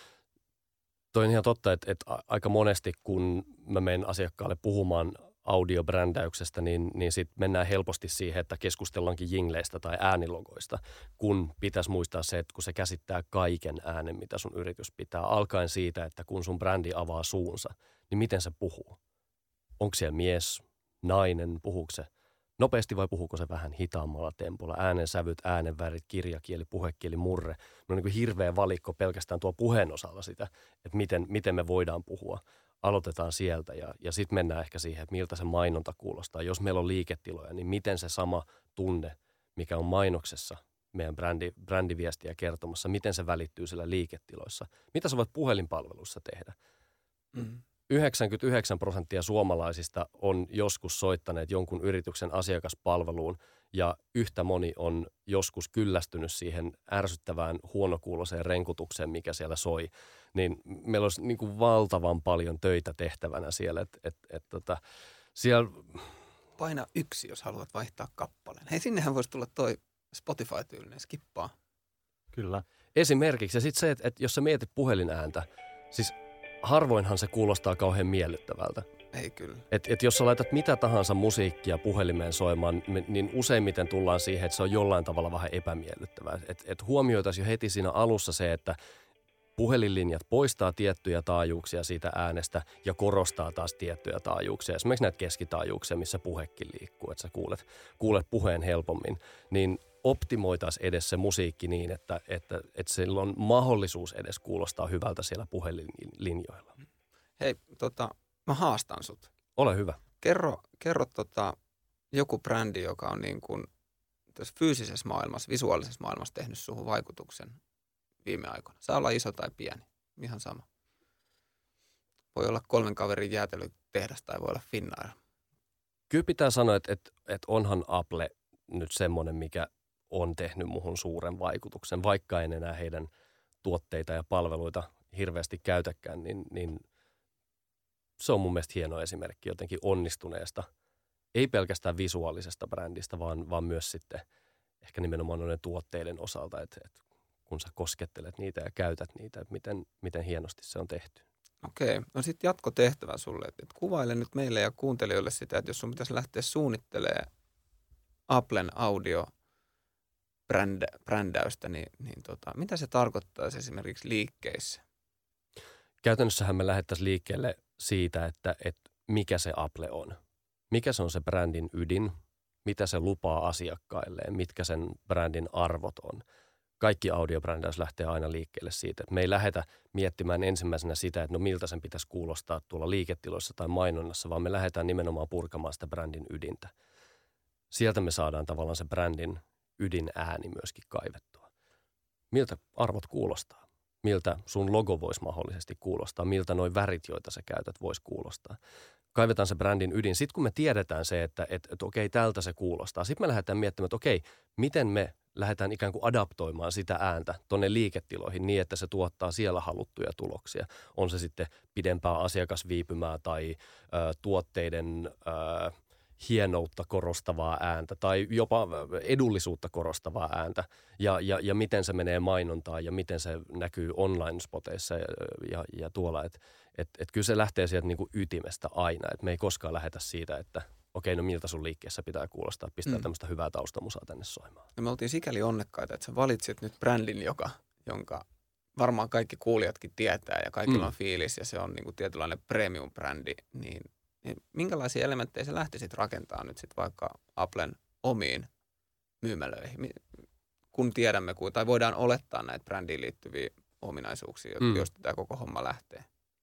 Toi on ihan totta, että aika monesti kun mä menen asiakkaalle puhumaan audiobrändäyksestä, niin sitten mennään helposti siihen, että keskustellaankin jingleistä tai äänilogoista, kun pitäisi muistaa se, että kun se käsittää kaiken äänen, mitä sun yritys pitää, alkaen siitä, että kun sun brändi avaa suunsa, niin miten se puhuu? Onko siellä mies, nainen, puhuuko se nopeasti vai puhuuko se vähän hitaammalla tempolla? Äänensävyt, äänenvärit, kirjakieli, puhekieli, murre. No niin kuin hirveä valikko pelkästään tuo puheen osalla sitä, että miten me voidaan puhua. Aloitetaan sieltä ja sitten mennään ehkä siihen, että miltä se mainonta kuulostaa. Jos meillä on liiketiloja, niin miten se sama tunne, mikä on mainoksessa meidän brändiviestiä kertomassa, miten se välittyy siellä liiketiloissa? Mitä sä voit puhelinpalvelussa tehdä? 99% suomalaisista on joskus soittaneet jonkun yrityksen asiakaspalveluun ja yhtä moni on joskus kyllästynyt siihen ärsyttävään huonokuuloseen renkutukseen, mikä siellä soi. Niin meillä olisi niin kuin valtavan paljon töitä tehtävänä siellä. Siellä Paina 1, jos haluat vaihtaa kappaleen. Hei, sinnehän voisi tulla toi Spotify-tyylinen skippaa. Kyllä. Esimerkiksi. Ja sitten se, että jos sä mietit puhelinääntä, siis harvoinhan se kuulostaa kauhean miellyttävältä. Ei kyllä. Et jos sä laitat mitä tahansa musiikkia puhelimeen soimaan, niin useimmiten tullaan siihen, että se on jollain tavalla vähän epämiellyttävää. Et huomioitaisiin jo heti siinä alussa se, että puhelinlinjat poistaa tiettyjä taajuuksia siitä äänestä ja korostaa taas tiettyjä taajuuksia. Esimerkiksi näitä keskitaajuuksia, missä puhekin liikkuu, että sä kuulet puheen helpommin. Niin optimoitaisiin edes se musiikki niin, että sillä on mahdollisuus edes kuulostaa hyvältä siellä puhelinlinjoilla. Hei, mä haastan sut. Ole hyvä. Kerro joku brändi, joka on niin kuin tässä fyysisessä maailmassa, visuaalisessa maailmassa tehnyt suhun vaikutuksen viime aikoina. Saa olla iso tai pieni, ihan sama. Voi olla 3 kaverin jäätelötehdas tai voi olla Finnair. Kyllä pitää sanoa, että onhan Apple nyt semmoinen, mikä on tehnyt muhun suuren vaikutuksen, vaikka en enää heidän tuotteita ja palveluita hirveästi käytäkään, niin se on mun mielestä hieno esimerkki jotenkin onnistuneesta, ei pelkästään visuaalisesta brändistä, vaan myös sitten ehkä nimenomaan noiden tuotteiden osalta, että kun sä koskettelet niitä ja käytät niitä, että miten hienosti se on tehty. Okei, no sitten jatkotehtävä sulle, että kuvaile nyt meille ja kuuntelijoille sitä, että jos sun pitäisi lähteä suunnittelemaan Applen audio-brändäystä, niin mitä se tarkoittaisi esimerkiksi liikkeissä? Käytännössähän me lähdettäisiin liikkeelle siitä, että mikä se Apple on. Mikä se on se brändin ydin, mitä se lupaa asiakkailleen, mitkä sen brändin arvot on. Kaikki audiobrändäys lähtee aina liikkeelle siitä, että me ei lähdetä miettimään ensimmäisenä sitä, että no miltä sen pitäisi kuulostaa tuolla liiketiloissa tai mainonnassa, vaan me lähdetään nimenomaan purkamaan sitä brändin ydintä. Sieltä me saadaan tavallaan se brändin ydinääni myöskin kaivettua. Miltä arvot kuulostaa? Miltä sun logo voisi mahdollisesti kuulostaa? Miltä noi värit, joita sä käytät, voisi kuulostaa? Kaivetaan se brändin ydin. Sitten kun me tiedetään se, että okei, tältä se kuulostaa. Sitten me lähdetään miettimään, että okei, miten me lähdetään ikään kuin adaptoimaan sitä ääntä tonne liiketiloihin niin, että se tuottaa siellä haluttuja tuloksia. On se sitten pidempää asiakasviipymää tai tuotteiden hienoutta korostavaa ääntä tai jopa edullisuutta korostavaa ääntä ja miten se menee mainontaan ja miten se näkyy online-spoteissa ja tuolla. Et kyllä se lähtee sieltä niin kuin ytimestä aina, että me ei koskaan lähetä siitä, että okei, no miltä sun liikkeessä pitää kuulostaa, pistää tämmöistä hyvää taustamusaa tänne soimaan. Ja me oltiin sikäli onnekkaita, että sä valitsit nyt brändin, jonka varmaan kaikki kuulijatkin tietää ja kaikilla on fiilis ja se on niin kuin tietynlainen premium-brändi, niin minkälaisia elementtejä sä lähtisit rakentamaan nyt sitten vaikka Applen omiin myymälöihin, kun tiedämme, tai voidaan olettaa näitä brändiin liittyviä ominaisuuksia, joista tämä koko homma lähtee?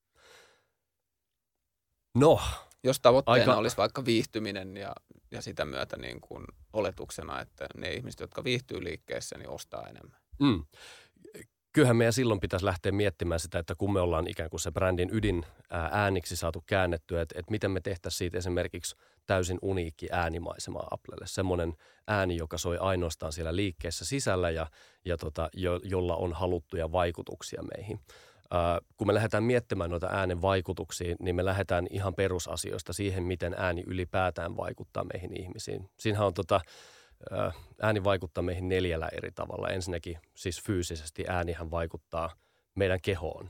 No, jos tavoitteena olisi vaikka viihtyminen ja sitä myötä niin kuin oletuksena, että ne ihmiset, jotka viihtyy liikkeessä, niin ostaa enemmän. Kyllähän meidän silloin pitäisi lähteä miettimään sitä, että kun me ollaan ikään kuin se brändin ydin ääniksi saatu käännettyä, että miten me tehtäisiin siitä esimerkiksi täysin uniikki äänimaisema Applelle. Semmoinen ääni, joka soi ainoastaan siellä liikkeessä sisällä ja jolla on haluttuja vaikutuksia meihin. Kun me lähdetään miettimään noita äänen vaikutuksia, niin me lähdetään ihan perusasioista siihen, miten ääni ylipäätään vaikuttaa meihin ihmisiin. Siinähän on ääni vaikuttaa meihin 4 eri tavalla. Ensinnäkin siis fyysisesti äänihän vaikuttaa meidän kehoon.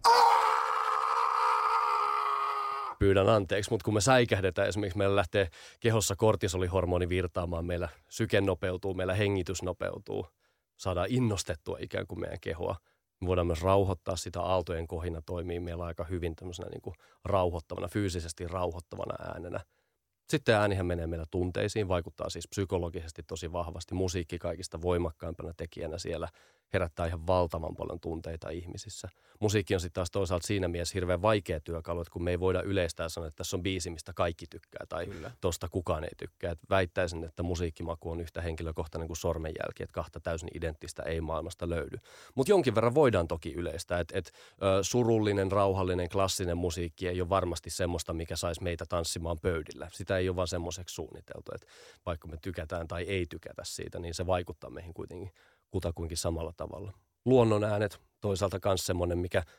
Pyydän anteeksi, mutta kun me säikähdetään, esimerkiksi meillä lähtee kehossa kortisolihormoni virtaamaan, meillä syke nopeutuu, meillä hengitys nopeutuu, saadaan innostettua ikään kuin meidän kehoa. Me voidaan myös rauhoittaa sitä, aaltojen kohina toimii meillä aika hyvin tämmöisenä niin kuin rauhoittavana, fyysisesti rauhoittavana äänenä. Sitten äänihän menee meillä tunteisiin, vaikuttaa siis psykologisesti tosi vahvasti. Musiikki kaikista voimakkaimpana tekijänä siellä herättää ihan valtavan paljon tunteita ihmisissä. Musiikki on sitten taas toisaalta siinä mielessä hirveän vaikea työkalu, että kun me ei voida yleistää sanoa, että tässä on biisi, mistä kaikki tykkää tai tosta kukaan ei tykkää. Et väittäisin, että musiikkimaku on yhtä henkilökohtainen kuin sormenjälki, että 2 täysin identtistä ei maailmasta löydy. Mutta jonkin verran voidaan toki yleistää, että surullinen, rauhallinen, klassinen musiikki ei ole varmasti semmoista, mikä saisi meitä tanssimaan pöydillä. Sitä ei ole vaan semmoiseksi suunniteltu, että vaikka me tykätään tai ei tykätä siitä, niin se vaikuttaa meihin kuitenkin kutakuinkin samalla tavalla. Luonnon äänet toisaalta myös semmoinen,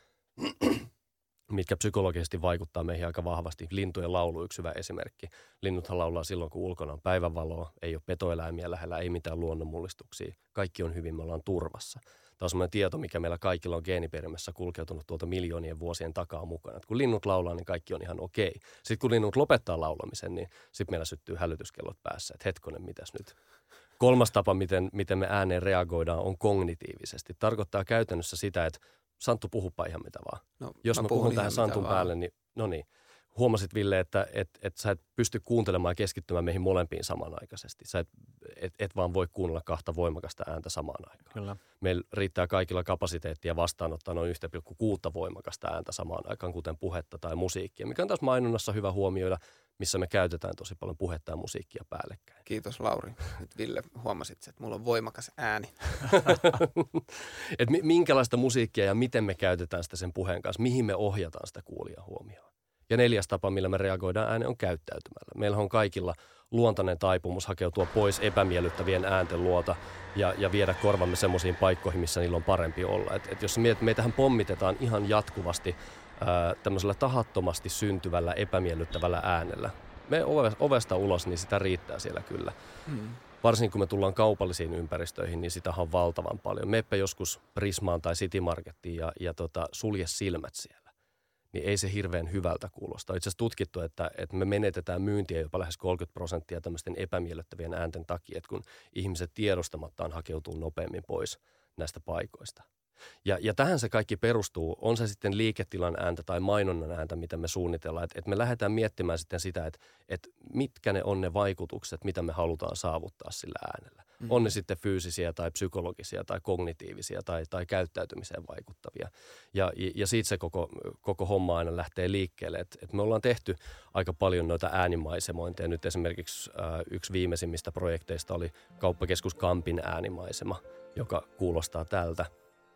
mitkä psykologisesti vaikuttaa meihin aika vahvasti. Lintujen laulu yksi hyvä esimerkki. Linnuthan laulaa silloin, kun ulkona on päivänvaloa, ei ole petoeläimiä lähellä, ei mitään luonnonmullistuksia. Kaikki on hyvin, me ollaan turvassa. Tämä on semmoinen tieto, mikä meillä kaikilla on geeniperimässä kulkeutunut tuolta miljoonien vuosien takaa mukana. Et kun linnut laulaa, niin kaikki on ihan okei. Sitten kun linnut lopettaa laulamisen, niin sitten meillä syttyy hälytyskellot päässä, että hetkonen, mitäs nyt? 3. tapa, miten me ääneen reagoidaan, on kognitiivisesti. Tarkoittaa käytännössä sitä, että Santtu, puhupa ihan mitä vaan. No, jos mä puhun tähän Santun päälle, niin no niin. Huomasit, Ville, että sä et pysty kuuntelemaan ja keskittymään meihin molempiin samanaikaisesti. Sä et vaan voi kuunnella 2 voimakasta ääntä samaan aikaan. Kyllä. Meillä riittää kaikilla kapasiteettia vastaanottaa noin 1,6 voimakasta ääntä samaan aikaan, kuten puhetta tai musiikkia, mikä on taas mainonnassa hyvä huomioida, missä me käytetään tosi paljon puhetta ja musiikkia päällekkäin. Kiitos, Lauri. Nyt Ville huomasit, että mulla on voimakas ääni. Et minkälaista musiikkia ja miten me käytetään sitä sen puheen kanssa, mihin me ohjataan sitä kuulijan huomioon. Ja 4. tapa, millä me reagoidaan ääneen, on käyttäytymällä. Meillä on kaikilla luontainen taipumus hakeutua pois epämiellyttävien äänten luota ja viedä korvamme semmoisiin paikkoihin, missä niillä on parempi olla. Et jos mietit, meitähän pommitetaan ihan jatkuvasti tämmöisellä tahattomasti syntyvällä epämiellyttävällä äänellä. Me ovesta ulos, niin sitä riittää siellä kyllä. Varsinkin kun me tullaan kaupallisiin ympäristöihin, niin sitä on valtavan paljon. Meppä joskus Prismaan tai City Marketiin ja sulje silmät siellä. Niin ei se hirveän hyvältä kuulosta. On itse asiassa tutkittu, että me menetetään myyntiä jopa lähes 30% tämmöisten epämiellyttävien äänten takia, että kun ihmiset tiedostamattaan hakeutuu nopeammin pois näistä paikoista. Ja tähän se kaikki perustuu, on se sitten liiketilan ääntä tai mainonnan ääntä, mitä me suunnitellaan. Että me lähdetään miettimään sitten sitä, että mitkä ne on ne vaikutukset, mitä me halutaan saavuttaa sillä äänellä. On ne sitten fyysisiä tai psykologisia tai kognitiivisia tai käyttäytymiseen vaikuttavia. Ja siitä se koko homma aina lähtee liikkeelle. Et me ollaan tehty aika paljon noita äänimaisemointeja. Nyt esimerkiksi yksi viimeisimmistä projekteista oli Kauppakeskus Kampin äänimaisema, joka kuulostaa tältä.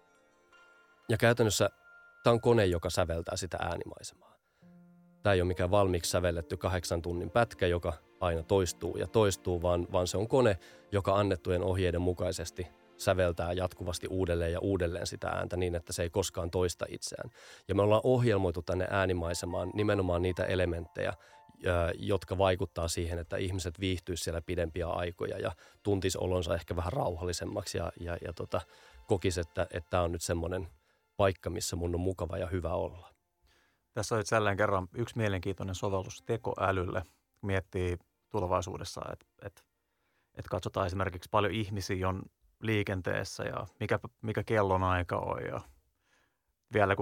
Ja käytännössä tämä on kone, joka säveltää sitä äänimaisemaa. Tämä ei ole mikään valmiiksi sävelletty 8 tunnin pätkä, joka aina toistuu ja toistuu, vaan se on kone, joka annettujen ohjeiden mukaisesti säveltää jatkuvasti uudelleen ja uudelleen sitä ääntä niin, että se ei koskaan toista itseään. Ja me ollaan ohjelmoitu tänne äänimaisemaan nimenomaan niitä elementtejä, jotka vaikuttaa siihen, että ihmiset viihtyisivät siellä pidempiä aikoja ja tuntis olonsa ehkä vähän rauhallisemmaksi ja kokisi, että tämä on nyt semmoinen paikka, missä mun on mukava ja hyvä olla. Tässä on jälleen kerran yksi mielenkiintoinen sovellus tekoälylle. Miettii tulevaisuudessa, että katsotaan esimerkiksi paljon ihmisiä on liikenteessä ja mikä kellonaika on. Ja vielä kun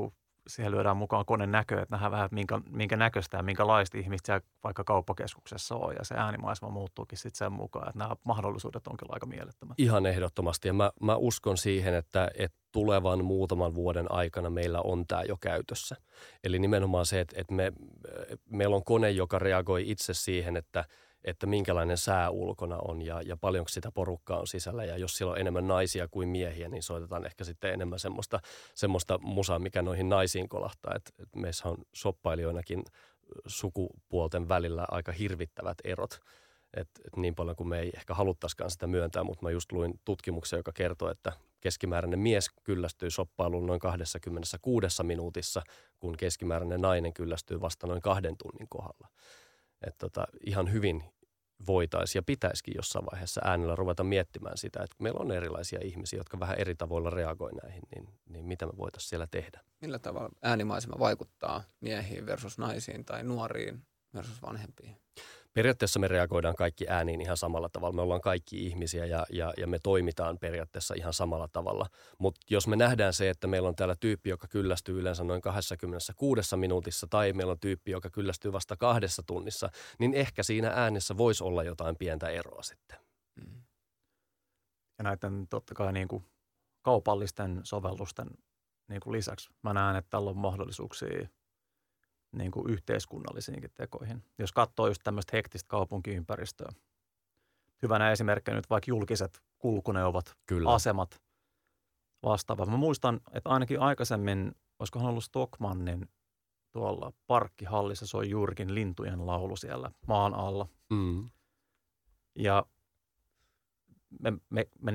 siihen lyödään mukaan koneen näkö, että nähdään vähän minkä näköistä ja minkälaista ihmistä siellä vaikka kauppakeskuksessa on. Ja se äänimaisema muuttuukin sitten sen mukaan, että nämä mahdollisuudet on kyllä aika mielettömät. Ihan ehdottomasti. Ja mä uskon siihen, että tulevan muutaman vuoden aikana meillä on tämä jo käytössä. Eli nimenomaan se, että meillä on kone, joka reagoi itse siihen, että minkälainen sää ulkona on ja paljonko sitä porukkaa on sisällä. Ja jos siellä on enemmän naisia kuin miehiä, niin soitetaan ehkä sitten enemmän semmoista musaa, mikä noihin naisiin kolahtaa. Et meissä on shoppailijoinakin sukupuolten välillä aika hirvittävät erot. Et niin paljon kuin me ei ehkä haluttaisikaan sitä myöntää, mutta mä just luin tutkimuksen, joka kertoo, että keskimääräinen mies kyllästyy shoppailuun noin 26 minuutissa, kun keskimääräinen nainen kyllästyy vasta noin 2 tunnin kohdalla. Että ihan hyvin voitaisiin ja pitäisikin jossain vaiheessa äänellä ruveta miettimään sitä, että meillä on erilaisia ihmisiä, jotka vähän eri tavoilla reagoi näihin, niin mitä me voitaisiin siellä tehdä. Millä tavalla äänimaisema vaikuttaa miehiin versus naisiin tai nuoriin versus vanhempiin? Periaatteessa me reagoidaan kaikki ääniin ihan samalla tavalla. Me ollaan kaikki ihmisiä ja me toimitaan periaatteessa ihan samalla tavalla. Mutta jos me nähdään se, että meillä on täällä tyyppi, joka kyllästyy yleensä noin 26 minuutissa tai meillä on tyyppi, joka kyllästyy vasta 2 tunnissa, niin ehkä siinä äänessä voisi olla jotain pientä eroa sitten. Ja näiden totta kai niin kuin kaupallisten sovellusten niin kuin lisäksi mä näen, että tällä on mahdollisuuksia niin kuin yhteiskunnallisiinkin tekoihin. Jos katsoo just tämmöistä hektistä kaupunkiympäristöä. Hyvänä esimerkkinä nyt vaikka julkiset kulkuneuvot, Kyllä. asemat, vastaava. Mä muistan, että ainakin aikaisemmin, olisikohan ollut Stockmannin tuolla parkkihallissa soi juurikin lintujen laulu siellä maan alla. Mm. Ja me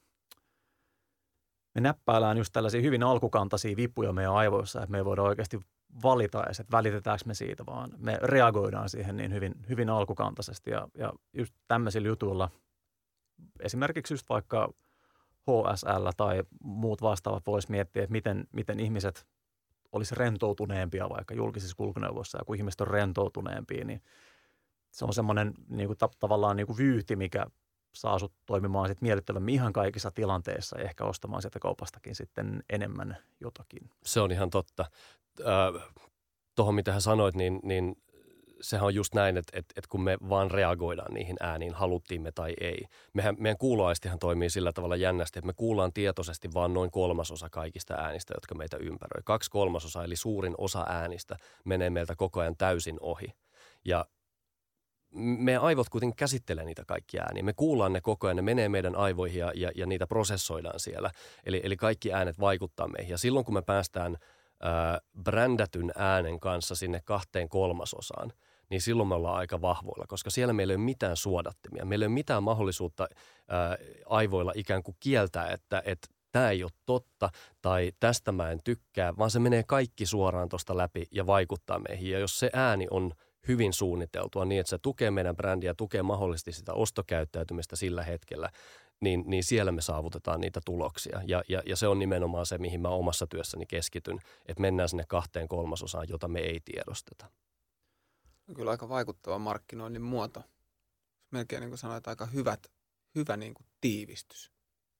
näppäillään just tällaisia hyvin alkukantaisia vipuja meidän aivoissa, että me ei voida oikeasti valita edes, että välitetäänkö me siitä, vaan me reagoidaan siihen niin hyvin, hyvin alkukantaisesti. Ja just tämmöisillä jutuilla, esimerkiksi just vaikka HSL tai muut vastaavat voisi miettiä, että miten ihmiset olisi rentoutuneempia vaikka julkisissa kulkuneuvoissa. Ja kun ihmiset on rentoutuneempia, niin se on semmoinen niin kuin, tavallaan niin kuin vyyhti, mikä saa sut toimimaan sit miellyttävämmin ihan kaikissa tilanteissa ja ehkä ostamaan sieltä kaupastakin sitten enemmän jotakin. Se on ihan totta. Tuohon mitä hän sanoit, niin sehän on just näin, että kun me vaan reagoidaan niihin ääniin, haluttiin me tai ei. Meidän kuuloaistihan toimii sillä tavalla jännästi, että me kuullaan tietoisesti vaan noin 1/3 kaikista äänistä, jotka meitä ympäröi. 2/3 eli suurin osa äänistä menee meiltä koko ajan täysin ohi. Ja meidän aivot kuitenkin käsittelee niitä kaikkia ääniä. Me kuullaan ne koko ajan, ne menee meidän aivoihin ja niitä prosessoidaan siellä. Eli kaikki äänet vaikuttaa meihin. Ja silloin kun me päästään brändätyn äänen kanssa sinne 2/3, niin silloin me ollaan aika vahvoilla, koska siellä meillä ei ole mitään suodattimia. Meillä ei ole mitään mahdollisuutta aivoilla ikään kuin kieltää, että tämä ei ole totta tai tästä mä en tykkää, vaan se menee kaikki suoraan tuosta läpi ja vaikuttaa meihin. Ja jos se ääni on hyvin suunniteltua niin, että se tukee meidän brändiä, tukee mahdollisesti sitä ostokäyttäytymistä sillä hetkellä, niin siellä me saavutetaan niitä tuloksia. Ja se on nimenomaan se, mihin mä omassa työssäni keskityn, että mennään sinne 2/3, jota me ei tiedosteta. On kyllä aika vaikuttava markkinoinnin muoto. Melkein niin kuin sanoit, aika hyvä niin kuin tiivistys.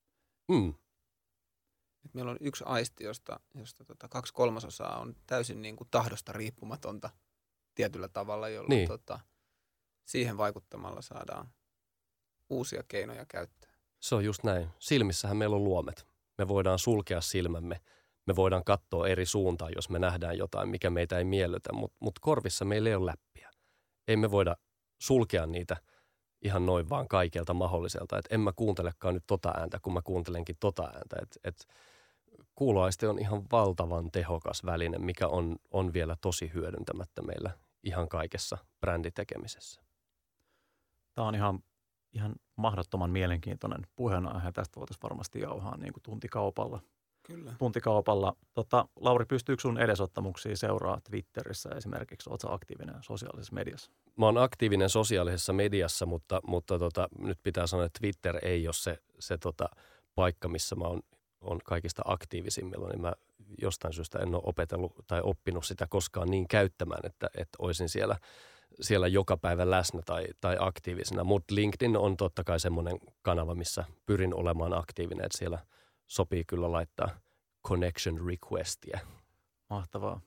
Et meillä on yksi aisti, josta 2/3 on täysin niin kuin tahdosta riippumatonta tietyllä tavalla, jolloin siihen vaikuttamalla saadaan uusia keinoja käyttää. Se on just näin. Silmissähän meillä on luomet. Me voidaan sulkea silmämme. Me voidaan katsoa eri suuntaan, jos me nähdään jotain, mikä meitä ei miellytä, mutta korvissa meillä ei ole läppiä. Ei me voida sulkea niitä ihan noin vaan kaikelta mahdolliselta. Et en mä kuuntelekaan nyt tota ääntä, kun mä kuuntelenkin tota ääntä. Et kuuloaiste on ihan valtavan tehokas väline, mikä on vielä tosi hyödyntämättä meillä ihan kaikessa bränditekemisessä. Tämä on ihan mahdottoman mielenkiintoinen puheenaihe. Tästä voitaisiin varmasti jauhaa niin kuin tuntikaupalla. Kyllä. Tuntikaupalla. Lauri, pystyykö sun edesottamuksia seuraa Twitterissä esimerkiksi? Oletko aktiivinen sosiaalisessa mediassa? Mä oon aktiivinen sosiaalisessa mediassa, mutta nyt pitää sanoa, että Twitter ei ole se paikka, missä mä on kaikista aktiivisimmilla, niin mä jostain syystä en ole opetellut tai oppinut sitä koskaan niin käyttämään, että olisin siellä joka päivä läsnä tai aktiivisena. Mutta LinkedIn on totta kai semmoinen kanava, missä pyrin olemaan aktiivinen, että siellä sopii kyllä laittaa connection requestia. Mahtavaa.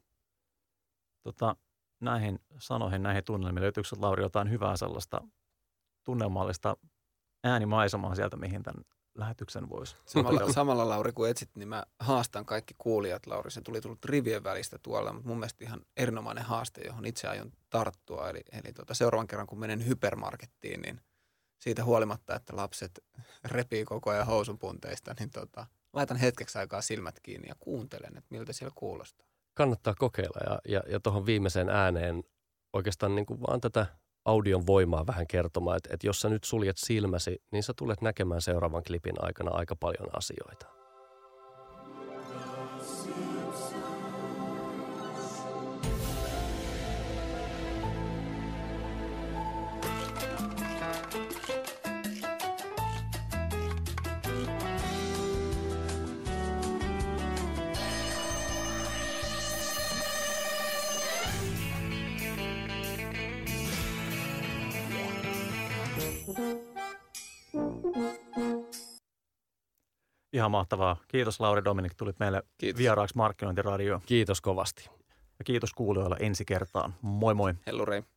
Näihin sanoihin, näihin tunnelmiin, löytyykö Lauri jotain hyvää sellaista tunnelmallista äänimaisemaa sieltä, mihin tämän lähetyksen voisi? Samalla Lauri, kun etsit, niin mä haastan kaikki kuulijat, Lauri. Se tuli tullut rivien välistä tuolla, mutta mun mielestä ihan erinomainen haaste, johon itse aion tarttua. Eli seuraavan kerran, kun menen hypermarkettiin, niin siitä huolimatta, että lapset repii koko ajan housunpunteista, niin laitan hetkeksi aikaa silmät kiinni ja kuuntelen, että miltä siellä kuulostaa. Kannattaa kokeilla ja tuohon viimeiseen ääneen oikeastaan niin kuin vaan tätä audion voimaa vähän kertomaan, että jos sä nyt suljet silmäsi, niin sä tulet näkemään seuraavan klipin aikana aika paljon asioita. Ihan mahtavaa. Kiitos Lauri Dominik, tulit meille vieraaksi Markkinointiradioon. Kiitos kovasti. Ja kiitos kuulijoille ensi kertaan. Moi moi. Hellurei.